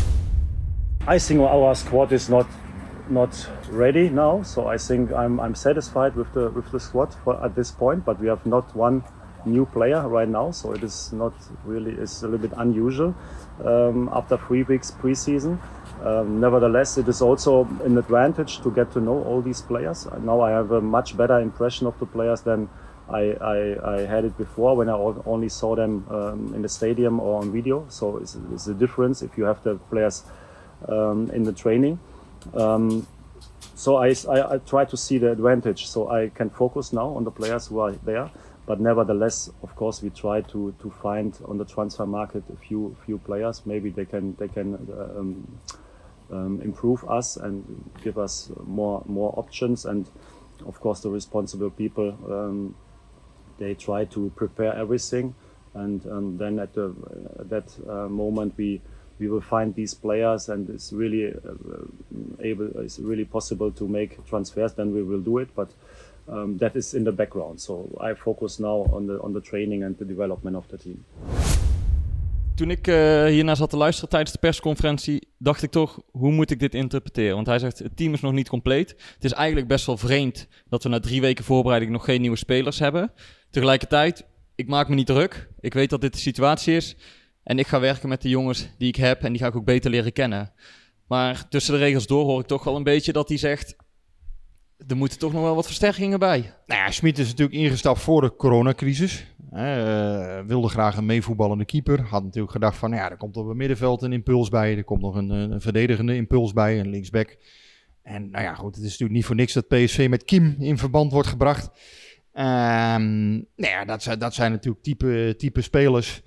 I think our squad is not not ready now, so I think I'm I'm satisfied with the with the squad for, at this point. But we have not one new player right now, so it is not really it's a little bit unusual um, after three weeks pre-season. Um, nevertheless, it is also an advantage to get to know all these players. Now I have a much better impression of the players than I, I, I had it before when I only saw them um, in the stadium or on video. So it's, it's a difference if you have the players um, in the training. Um, so I, I, I try to see the advantage. So I can focus now on the players who are there. But nevertheless, of course, we try to, to find on the transfer market a few few players. Maybe they can they can um, um, improve us and give us more more options. And of course, the responsible people um, they try to prepare everything. And um, then at the at that uh, moment we we will find these players, and it's really uh, able it's really possible to make transfers. Then we will do it, but. Um, that is in the background. So I focus now on the on the training and the development of the team. Toen ik uh, hiernaar zat te luisteren tijdens de persconferentie, dacht ik toch, hoe moet ik dit interpreteren? Want hij zegt, het team is nog niet compleet. Het is eigenlijk best wel vreemd dat we na drie weken voorbereiding nog geen nieuwe spelers hebben. Tegelijkertijd, ik maak me niet druk. Ik weet dat dit de situatie is. En ik ga werken met de jongens die ik heb en die ga ik ook beter leren kennen. Maar tussen de regels door hoor ik toch wel een beetje dat hij zegt, er moeten toch nog wel wat versterkingen bij. Nou ja, Smit is natuurlijk ingestapt voor de coronacrisis. Uh, wilde graag een meevoetballende keeper. Had natuurlijk gedacht van, ja, er komt op het middenveld een impuls bij. Er komt nog een, een verdedigende impuls bij, een linksback. En nou ja, goed, het is natuurlijk niet voor niks dat P S V met Kim in verband wordt gebracht. Um, nou ja, dat, dat zijn natuurlijk type, type spelers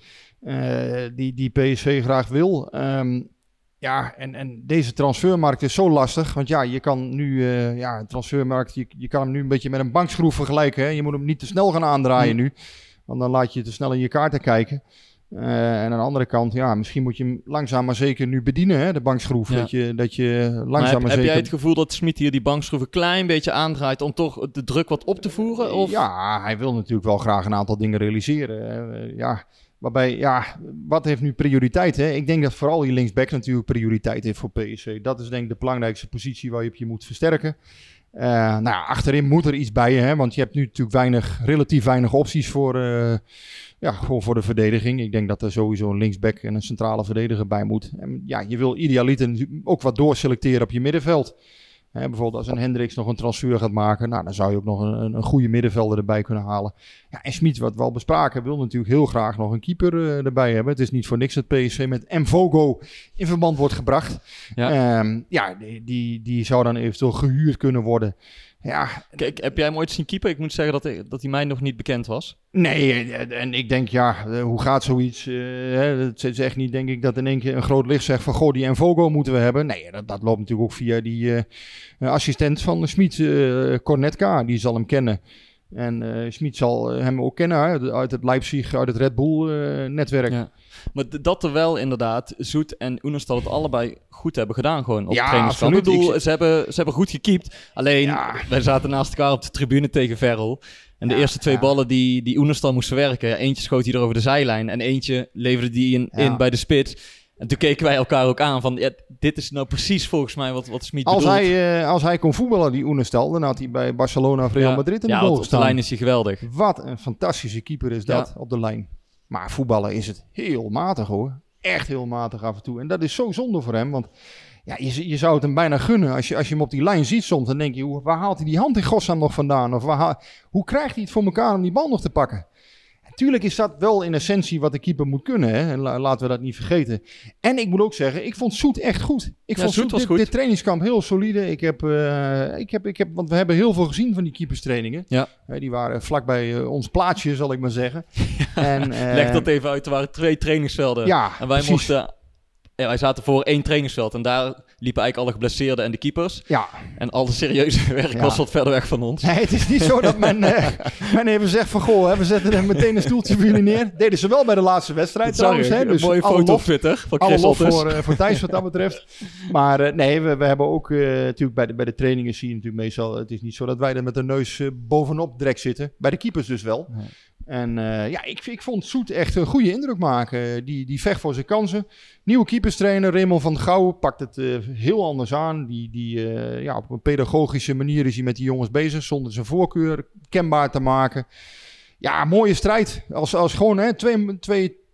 uh, die, die P S V graag wil. Um, Ja, en, en deze transfermarkt is zo lastig. Want ja, je kan nu, uh, ja, een transfermarkt, je, je kan hem nu een beetje met een bankschroef vergelijken. Hè? Je moet hem niet te snel gaan aandraaien nu. Want dan laat je te snel in je kaarten kijken. Uh, en aan de andere kant, ja, misschien moet je hem langzaam maar zeker nu bedienen, hè, de bankschroef. Ja. Dat je, dat je langzaam maar, heb, maar zeker... Heb jij het gevoel dat Smit hier die bankschroef een klein beetje aandraait om toch de druk wat op te voeren? Of? Ja, hij wil natuurlijk wel graag een aantal dingen realiseren. Uh, ja... Waarbij, ja, wat heeft nu prioriteit? Hè? Ik denk dat vooral die linksback natuurlijk prioriteit heeft voor P S V. Dat is denk ik de belangrijkste positie waar je op je moet versterken. Uh, nou ja, achterin moet er iets bij je, hè? Want je hebt nu natuurlijk weinig, relatief weinig opties voor, uh, ja, gewoon voor de verdediging. Ik denk dat er sowieso een linksback en een centrale verdediger bij moet. En ja, je wil idealiter natuurlijk ook wat doorselecteren op je middenveld. Hè, bijvoorbeeld als een Hendricks nog een transfer gaat maken, nou, dan zou je ook nog een, een goede middenvelder erbij kunnen halen. Ja, en Smit, wat we al bespraken, wil natuurlijk heel graag nog een keeper uh, erbij hebben. Het is niet voor niks dat P S V met Mvogo in verband wordt gebracht. Ja, um, ja die, die, die zou dan eventueel gehuurd kunnen worden. Ja. Kijk, heb jij hem ooit zien keeper? Ik moet zeggen dat, dat hij mij nog niet bekend was. Nee, en ik denk, ja, hoe gaat zoiets? Uh, het is echt niet, denk ik, dat in één keer een groot licht zegt van, goh, die Mvogo moeten we hebben. Nee, dat, dat loopt natuurlijk ook via die uh, assistent van Smit, uh, Kornetka, die zal hem kennen. En uh, Smit zal hem ook kennen hè, uit het Leipzig, uit het Red Bull-netwerk. Uh, ja. Maar d- dat er wel inderdaad, Zoet en Oenerstal het allebei goed hebben gedaan gewoon op ja, de trainingskamp. Ik bedoel, ik... ze, hebben, ze hebben goed gekiept. Alleen, ja. wij zaten naast elkaar op de tribune tegen Verrel. En de ja, eerste twee ja. ballen die, die Oenerstal moest verwerken, eentje schoot hij er over de zijlijn en eentje leverde die in, ja. in bij de spits. En toen keken wij elkaar ook aan van, ja, dit is nou precies volgens mij wat, wat Smit bedoelt. Als hij, uh, als hij kon voetballen, die Oenerstal, dan had hij bij Barcelona of Real ja. Madrid in ja, de goal gestaan. Op de lijn is hij geweldig. Wat een fantastische keeper is dat, ja. op de lijn. Maar voetballen is het heel matig hoor. Echt heel matig af en toe. En dat is zo zonde voor hem, want ja, je, je zou het hem bijna gunnen. Als je, als je hem op die lijn ziet soms, dan denk je, hoe, waar haalt hij die hand in godsnaam nog vandaan? Of waar haal, hoe krijgt hij het voor elkaar om die bal nog te pakken? Tuurlijk is dat wel in essentie wat de keeper moet kunnen. Hè? En la, laten we dat niet vergeten. En ik moet ook zeggen, ik vond Zoet echt goed. Ik ja, vond Zoet was dit, goed. dit trainingskamp heel solide. Ik heb, uh, ik heb, ik heb, want we hebben heel veel gezien van die keeperstrainingen. Ja. Uh, die waren vlakbij uh, ons plaatsje, zal ik maar zeggen. En, uh, leg dat even uit. Er waren twee trainingsvelden. Ja, en wij precies. mochten... Ja, wij zaten voor één trainingsveld en daar liepen eigenlijk alle geblesseerden en de keepers. Ja. En al de serieuze werk ja. was wat verder weg van ons. Nee, het is niet zo dat men, uh, men even zegt van, goh, hè, we zetten er meteen een stoeltje voor jullie neer. Deden ze wel bij de laatste wedstrijd trouwens. Hè, dus een mooie foto op Twitter van Chris Otters. Alle lof voor, uh, voor Thijs wat dat betreft. Maar uh, nee, we, we hebben ook uh, natuurlijk bij de, bij de trainingen zie je natuurlijk meestal, het is niet zo dat wij er met de neus uh, bovenop direct zitten. Bij de keepers dus wel. Ja. En uh, ja, ik, ik vond Zoet echt een goede indruk maken. Die, die vecht voor zijn kansen. Nieuwe keeperstrainer Raymond van Gouwen pakt het uh, heel anders aan. Die, die, uh, ja, op een pedagogische manier is hij met die jongens bezig. Zonder zijn voorkeur kenbaar te maken. Ja, mooie strijd. Als, als gewoon hè, twee, twee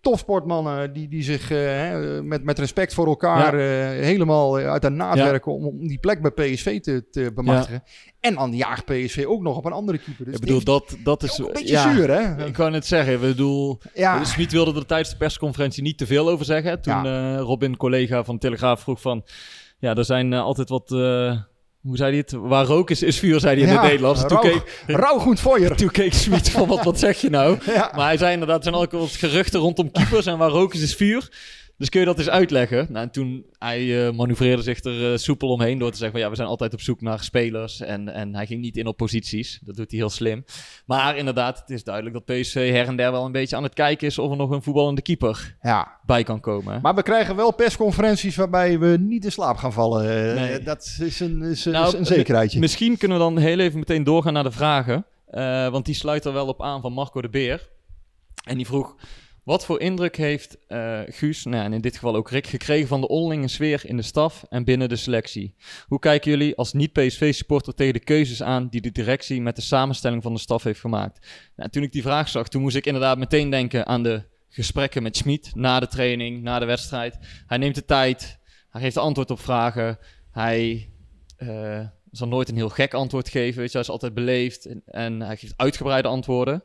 topsportmannen die, die zich uh, met, met respect voor elkaar ja. uh, helemaal uit de naad ja. werken om, om die plek bij P S V te, te bemachtigen. Ja. En dan jaagt P S V ook nog op een andere keeper. Dus ik bedoel, dat, dat is... een beetje ja, zuur, hè? Ik wou net zeggen, ik bedoel... Ja. Smit wilde er tijdens de persconferentie niet te veel over zeggen. Toen ja. uh, Robin, collega van de Telegraaf, vroeg van... Ja, er zijn uh, altijd wat... Uh, Hoe zei hij het? Waar rook is, is vuur, zei hij in ja, het Nederlands. Toen keek, rauw goed voor je. Toen keek Smit van, wat, wat zeg je nou? Ja. Maar hij zei inderdaad, er zijn ook wat geruchten rondom keepers en waar rook is, is vuur. Dus kun je dat eens uitleggen? Nou, en toen hij uh, manoeuvreerde zich er uh, soepel omheen door te zeggen van ja, we zijn altijd op zoek naar spelers. En, en hij ging niet in op posities. Dat doet hij heel slim. Maar inderdaad, het is duidelijk dat P S V her en der wel een beetje aan het kijken is of er nog een voetballende keeper ja. bij kan komen. Maar we krijgen wel persconferenties waarbij we niet in slaap gaan vallen. Nee. Dat is een, is, nou, is een zekerheidje. M- misschien kunnen we dan heel even meteen doorgaan naar de vragen. Uh, want die sluit er wel op aan van Marco de Beer. En die vroeg... Wat voor indruk heeft uh, Guus, nou, en in dit geval ook Rick, gekregen van de onderlinge sfeer in de staf en binnen de selectie? Hoe kijken jullie als niet-P S V-supporter tegen de keuzes aan die de directie met de samenstelling van de staf heeft gemaakt? Nou, toen ik die vraag zag, toen moest ik inderdaad meteen denken aan de gesprekken met Smit na de training, na de wedstrijd. Hij neemt de tijd, hij geeft antwoord op vragen, hij... Uh, zal nooit een heel gek antwoord geven, weet je, hij is altijd beleefd en, en hij geeft uitgebreide antwoorden.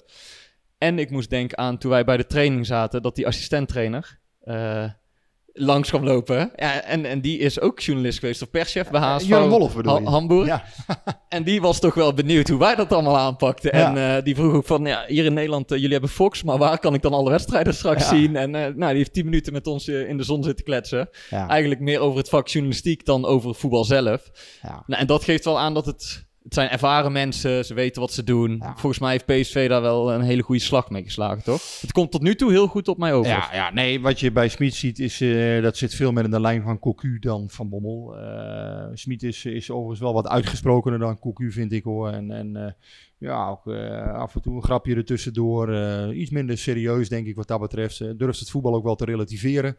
En ik moest denken aan toen wij bij de training zaten, dat die assistenttrainer uh, langs kwam lopen. Ja, en, en die is ook journalist geweest of perschef bij H S V. Jurgen Wolf bedoel je? Ha- Hamburg. Ja. En die was toch wel benieuwd hoe wij dat allemaal aanpakten. Ja. En uh, die vroeg ook van, ja, hier in Nederland, uh, jullie hebben Fox, maar waar kan ik dan alle wedstrijden straks ja. zien? En uh, nou, die heeft tien minuten met ons uh, in de zon zitten kletsen. Ja. Eigenlijk meer over het vak journalistiek dan over voetbal zelf. Ja. Nou, en dat geeft wel aan dat het... Het zijn ervaren mensen, ze weten wat ze doen. Ja. Volgens mij heeft P S V daar wel een hele goede slag mee geslagen, toch? Het komt tot nu toe heel goed op mij over. Ja, ja nee, wat je bij Smit ziet, is uh, dat zit veel meer in de lijn van Cocu dan Van Bommel. Uh, Smit is, is overigens wel wat uitgesprokener dan Cocu, vind ik hoor. En, en uh, ja, ook uh, af en toe een grapje ertussendoor. Uh, iets minder serieus, denk ik, wat dat betreft. Uh, durft het voetbal ook wel te relativeren.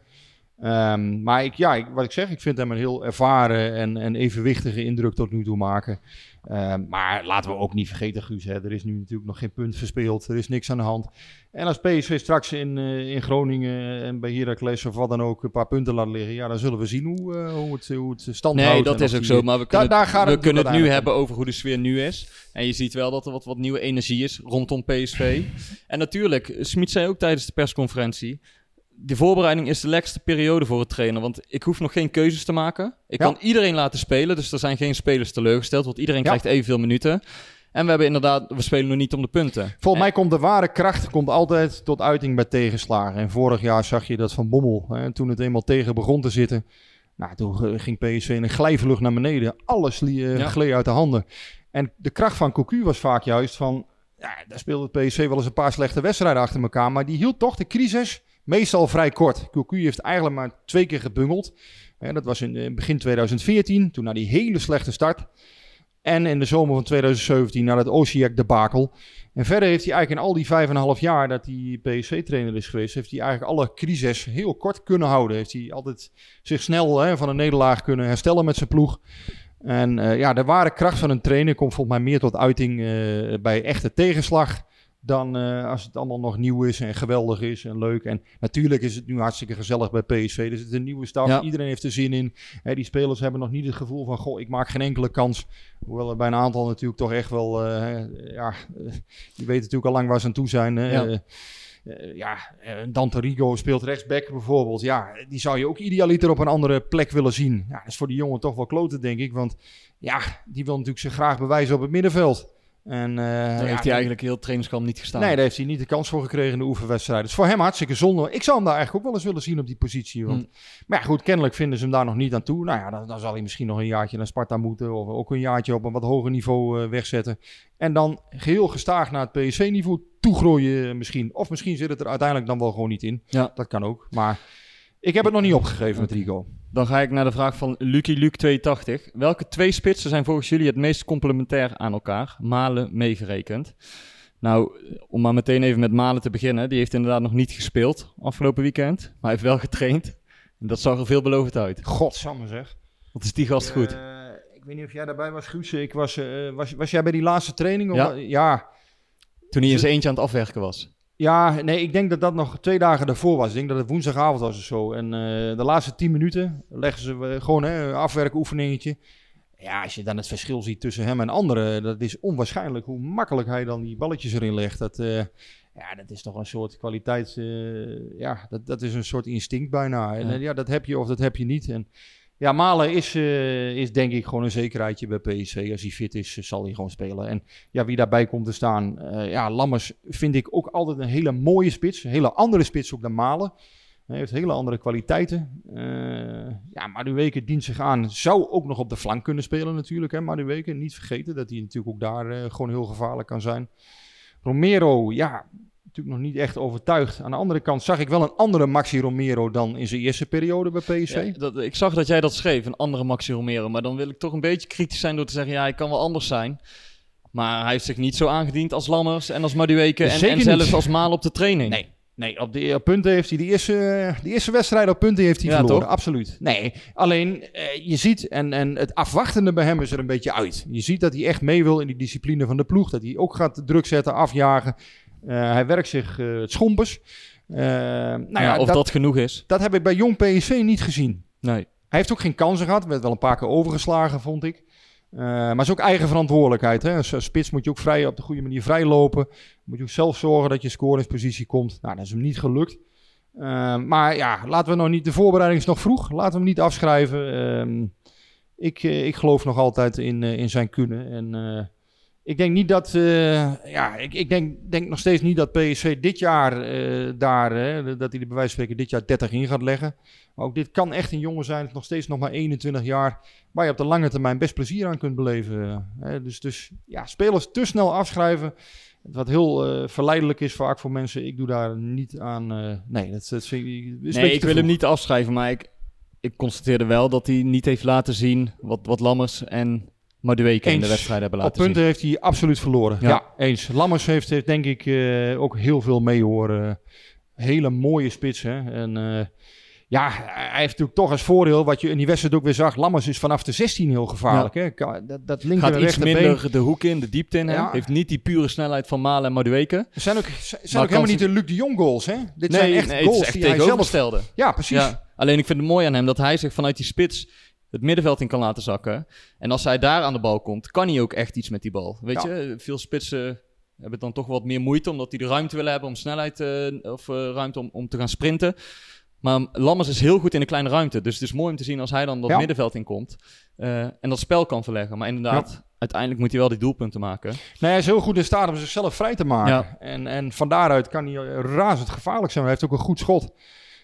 Um, maar ik, ja, ik, wat ik zeg, ik vind hem een heel ervaren en, en evenwichtige indruk tot nu toe maken. Um, maar laten we ook niet vergeten, Guus, hè, er is nu natuurlijk nog geen punt verspeeld. Er is niks aan de hand. En als P S V straks in, uh, in Groningen en bij Heracles of wat dan ook een paar punten laat liggen, ja, dan zullen we zien hoe, uh, hoe, het, hoe het stand nee, houdt. Nee, dat is ook die, zo. Maar we kunnen, daar, daar het, we het, kunnen het nu hebben over hoe de sfeer nu is. En je ziet wel dat er wat, wat nieuwe energie is rondom P S V. En natuurlijk, Smit zei ook tijdens de persconferentie, de voorbereiding is de lekkerste periode voor het trainen. Want ik hoef nog geen keuzes te maken. Ik ja. kan iedereen laten spelen. Dus er zijn geen spelers teleurgesteld. Want iedereen ja. krijgt evenveel minuten. En we hebben inderdaad, we spelen nog niet om de punten. Volgens en... mij komt de ware kracht komt altijd tot uiting bij tegenslagen. En vorig jaar zag je dat van Bommel. Hè, toen het eenmaal tegen begon te zitten. Nou, toen ging P S V in een glijvlucht naar beneden. Alles uh, ja. gleed uit de handen. En de kracht van Cocu was vaak juist van... Ja, daar speelde P S V wel eens een paar slechte wedstrijden achter elkaar. Maar die hield toch de crisis... meestal vrij kort. Cocu heeft eigenlijk maar twee keer gebungeld. Ja, dat was in begin tweeduizend veertien, toen na die hele slechte start. En in de zomer van tweeduizend zeventien, na het Osijek debakel. En verder heeft hij eigenlijk in al die vijf en een half jaar dat hij P S V-trainer is geweest, heeft hij eigenlijk alle crises heel kort kunnen houden. Heeft hij altijd zich snel hè, van een nederlaag kunnen herstellen met zijn ploeg. En uh, ja, de ware kracht van een trainer komt volgens mij meer tot uiting uh, bij echte tegenslag. Dan uh, als het allemaal nog nieuw is en geweldig is en leuk. En natuurlijk is het nu hartstikke gezellig bij P S V. Dus het is een nieuwe staf. Ja. Iedereen heeft er zin in. Hè, die spelers hebben nog niet het gevoel van... Goh, ik maak geen enkele kans. Hoewel er bij een aantal natuurlijk toch echt wel... Uh, ja, uh, die weten natuurlijk al lang waar ze aan toe zijn. Hè. Ja. Uh, uh, ja, uh, Dante Rigo speelt rechtsback bijvoorbeeld. Ja, die zou je ook idealiter op een andere plek willen zien. Ja, dat is voor die jongen toch wel kloten, denk ik. Want ja, die wil natuurlijk zich graag bewijzen op het middenveld. En, uh, daar ja, heeft hij eigenlijk heel het trainingskamp niet gestaan. Nee, daar heeft hij niet de kans voor gekregen in de oefenwedstrijden. Dus voor hem hartstikke zonde. Ik zou hem daar eigenlijk ook wel eens willen zien op die positie. Want, hmm. Maar ja, goed, kennelijk vinden ze hem daar nog niet aan toe. Nou ja, dan, dan zal hij misschien nog een jaartje naar Sparta moeten. Of ook een jaartje op een wat hoger niveau uh, wegzetten. En dan geheel gestaag naar het P S V-niveau toegroeien misschien. Of misschien zit het er uiteindelijk dan wel gewoon niet in. Ja. Dat kan ook. Maar ik heb het nog niet opgegeven met Rigo. Dan ga ik naar de vraag van Lucky Luke tweeëntachtig. Welke twee spitsen zijn volgens jullie het meest complementair aan elkaar? Malen meegerekend. Nou, om maar meteen even met Malen te beginnen. Die heeft inderdaad nog niet gespeeld afgelopen weekend. Maar hij heeft wel getraind. En dat zag er veelbelovend uit. Godsamme zeg. Wat is die gast uh, goed? Ik weet niet of jij daarbij was, Guus. Ik was, uh, was, was jij bij die laatste training? Of, ja. ja. Toen hij in zijn eentje aan het afwerken was. Ja, nee, ik denk dat dat nog twee dagen daarvoor was. Ik denk dat het woensdagavond was of zo. En uh, de laatste tien minuten leggen ze uh, gewoon hè, een afwerkoefeningetje. Ja, als je dan het verschil ziet tussen hem en anderen, dat is onwaarschijnlijk hoe makkelijk hij dan die balletjes erin legt. Dat, uh, ja, dat is toch een soort kwaliteit, uh, ja, dat, dat is een soort instinct bijna. En ja. Uh, ja, dat heb je of dat heb je niet. En ja, Malen is, uh, is denk ik gewoon een zekerheidje bij P S V. Als hij fit is, zal hij gewoon spelen. En ja, wie daarbij komt te staan. Uh, ja, Lammers vind ik ook altijd een hele mooie spits. Een hele andere spits ook dan Malen. Hij heeft hele andere kwaliteiten. Uh, ja, Madueke dient zich aan. Zou ook nog op de flank kunnen spelen natuurlijk. Hè, Madueke, niet vergeten dat hij natuurlijk ook daar uh, gewoon heel gevaarlijk kan zijn. Romero, ja, natuurlijk nog niet echt overtuigd. Aan de andere kant zag ik wel een andere Maxi Romero dan in zijn eerste periode bij P S V. Ja, dat, ik zag dat jij dat schreef, een andere Maxi Romero. Maar dan wil ik toch een beetje kritisch zijn door te zeggen, ja, hij kan wel anders zijn. Maar hij heeft zich niet zo aangediend als Lammers en als Madueke en, en zelfs niet als Malen op de training. Nee. Nee, op de op punten heeft hij de eerste, de eerste wedstrijd op punten heeft hij ja, verloren. Toch? Absoluut. Nee, alleen uh, je ziet, en, en het afwachtende bij hem is er een beetje uit. Je ziet dat hij echt mee wil in die discipline van de ploeg. Dat hij ook gaat druk zetten, afjagen. Uh, hij werkt zich uh, het schompers. Uh, nou ja, ja, of dat, dat genoeg is. Dat heb ik bij jong P S V niet gezien. Nee. Hij heeft ook geen kansen gehad. Werd wel een paar keer overgeslagen, vond ik. Uh, maar het is ook eigen verantwoordelijkheid. Hè? Als spits moet je ook vrij, op de goede manier vrij lopen. Moet je ook zelf zorgen dat je scoringspositie komt. Nou, dat is hem niet gelukt. Uh, maar ja, laten we nog niet... De voorbereiding is nog vroeg. Laten we hem niet afschrijven. Uh, ik, uh, ik geloof nog altijd in, uh, in zijn kunnen. En uh, ik denk niet dat... Uh, ja, ik, ik denk, denk nog steeds niet dat P S V dit jaar uh, daar... Uh, dat hij de bij wijze van spreken dit jaar dertig in gaat leggen. Maar ook dit kan echt een jongen zijn. Nog steeds nog maar eenentwintig jaar... waar je op de lange termijn best plezier aan kunt beleven. Uh, dus, dus ja, spelers te snel afschrijven... Wat heel uh, verleidelijk is vaak voor mensen. Ik doe daar niet aan... Uh, nee, dat, dat is, is nee, ik wil hem niet afschrijven. Maar ik, ik constateerde wel dat hij niet heeft laten zien... wat, wat Lammers en Madueke in de wedstrijd hebben laten zien. Op punten zien. Heeft hij absoluut verloren. Ja, ja eens. Lammers heeft, heeft denk ik uh, ook heel veel mee horen. Hele mooie spits. Hè? En... Uh, Ja, hij heeft natuurlijk toch als voordeel, wat je in die wedstrijd ook weer zag, Lammers is vanaf de zestien heel gevaarlijk. Ja. Hè? Dat, dat gaat iets minder been. De hoek in, de diepte in. Ja. Heeft niet die pure snelheid van Malen en Madueke. Er zijn ook, zijn ook helemaal niet de Luc de Jong goals. Hè? Dit nee, zijn echt nee, goals het is echt die hij tegenovergestelde. Zelf... Ja, precies. Ja. Alleen ik vind het mooi aan hem dat hij zich vanuit die spits het middenveld in kan laten zakken. En als hij daar aan de bal komt, kan hij ook echt iets met die bal. Weet ja. je, veel spitsen hebben dan toch wat meer moeite, omdat die de ruimte willen hebben om snelheid uh, of uh, ruimte om, om te gaan sprinten. Maar Lammers is heel goed in de kleine ruimte. Dus het is mooi om te zien als hij dan dat ja. middenveld inkomt. Uh, en dat spel kan verleggen. Maar inderdaad, ja. uiteindelijk moet hij wel die doelpunten maken. Nee, hij is heel goed in staat om zichzelf vrij te maken. Ja. En, en van daaruit kan hij razend gevaarlijk zijn. Hij heeft ook een goed schot.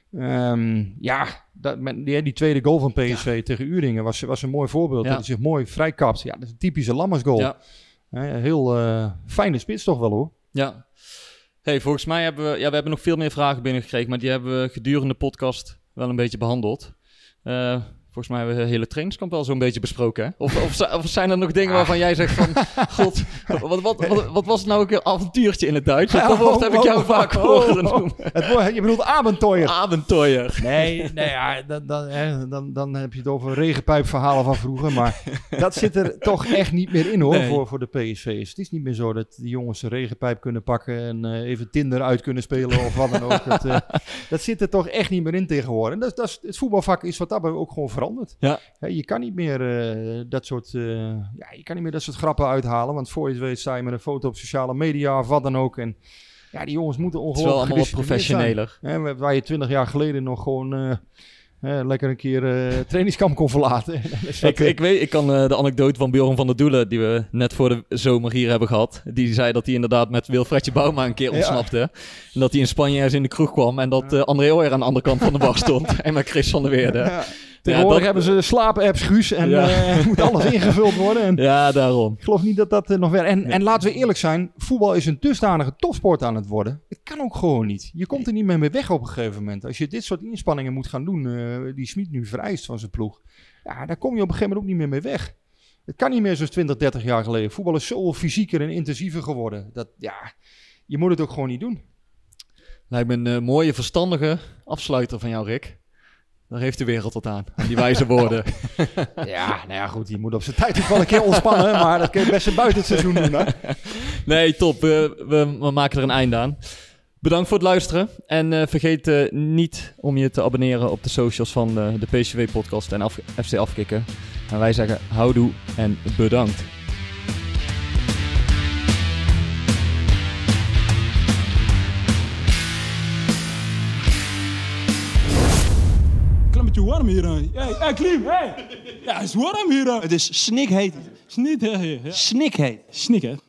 Um, ja, dat, met, die, die tweede goal van P S V ja. tegen Uerdingen was, was een mooi voorbeeld. Ja. Dat hij zich mooi vrijkapt. Ja, dat is een typische Lammers goal. Ja. Uh, heel uh, fijne spits toch wel hoor. Ja. Hey, volgens mij hebben we, ja, we hebben nog veel meer vragen binnengekregen, maar die hebben we gedurende de podcast wel een beetje behandeld. Uh, volgens mij hebben we de hele trainingskamp wel zo'n beetje besproken, hè? Of, of, of zijn er nog dingen waarvan jij zegt van, god, wat, wat, wat, wat was het nou ook een avontuurtje in het Duits? Dat oh, woord heb ik jou oh, vaak oh, horen oh, noemen. Het woord, je bedoelt avontuur. Avontuur. Nee, nee ja, dan, dan, hè, dan, dan heb je het over regenpijpverhalen van vroeger, maar dat zit er toch echt niet meer in hoor, nee. voor, voor de P S V's. Het is niet meer zo dat die jongens een regenpijp kunnen pakken en uh, even Tinder uit kunnen spelen of wat dan ook. Dat, uh, dat zit er toch echt niet meer in tegenwoordig. Dat, dat is, het voetbalvak is wat dat ook gewoon veranderd. Ja. He, je kan niet meer uh, dat soort, uh, ja, je kan niet meer dat soort grappen uithalen, want voor je het weet sta je met een foto op sociale media of wat dan ook. En ja, die jongens moeten ongelooflijk het is wel allemaal wat professioneler. Zijn. He, waar je twintig jaar geleden nog gewoon uh, uh, lekker een keer uh, trainingskamp kon verlaten. ik, ik weet, ik kan uh, de anekdote van Bjorn van der Doelen, die we net voor de zomer hier hebben gehad, die zei dat hij inderdaad met Wilfredje Bouma een keer ontsnapte. Ja. En dat hij in Spanje ergens in de kroeg kwam en dat uh, André Ooyer aan de andere kant van de bar stond en met Chris van der Weerde. Ja. Tegenwoordig ja, dat... hebben ze slaap-apps, Guus, en ja. uh, moet alles ingevuld worden. En ja, daarom. Ik geloof niet dat dat uh, nog werkt. En, ja. en laten we eerlijk zijn, voetbal is een dusdanige topsport aan het worden. Het kan ook gewoon niet. Je komt er niet meer mee weg op een gegeven moment. Als je dit soort inspanningen moet gaan doen, uh, die Smit nu vereist van zijn ploeg, ja, daar kom je op een gegeven moment ook niet meer mee weg. Het kan niet meer zoals twintig, dertig jaar geleden. Voetbal is zo fysieker en intensiever geworden. Dat, ja, je moet het ook gewoon niet doen. Lijkt me een uh, mooie, verstandige afsluiter van jou, Rick. Daar heeft de wereld wat aan, aan die wijze woorden. Ja, nou ja, goed, je moet op zijn tijd ook wel een keer ontspannen, maar dat kun je best buiten het seizoen doen, hè? Nee, top. We, we, we maken er een einde aan. Bedankt voor het luisteren. En uh, vergeet uh, niet om je te abonneren op de socials van uh, de P S V-podcast en Af- F C Afkikken. En wij zeggen houdoe en bedankt. Een beetje warm hier. Hé, hey, hey, Klim, hé! Hey. Ja, het is warm hier. Het is snikheet. Snikheet. Ja. Snikheet. Snikheet.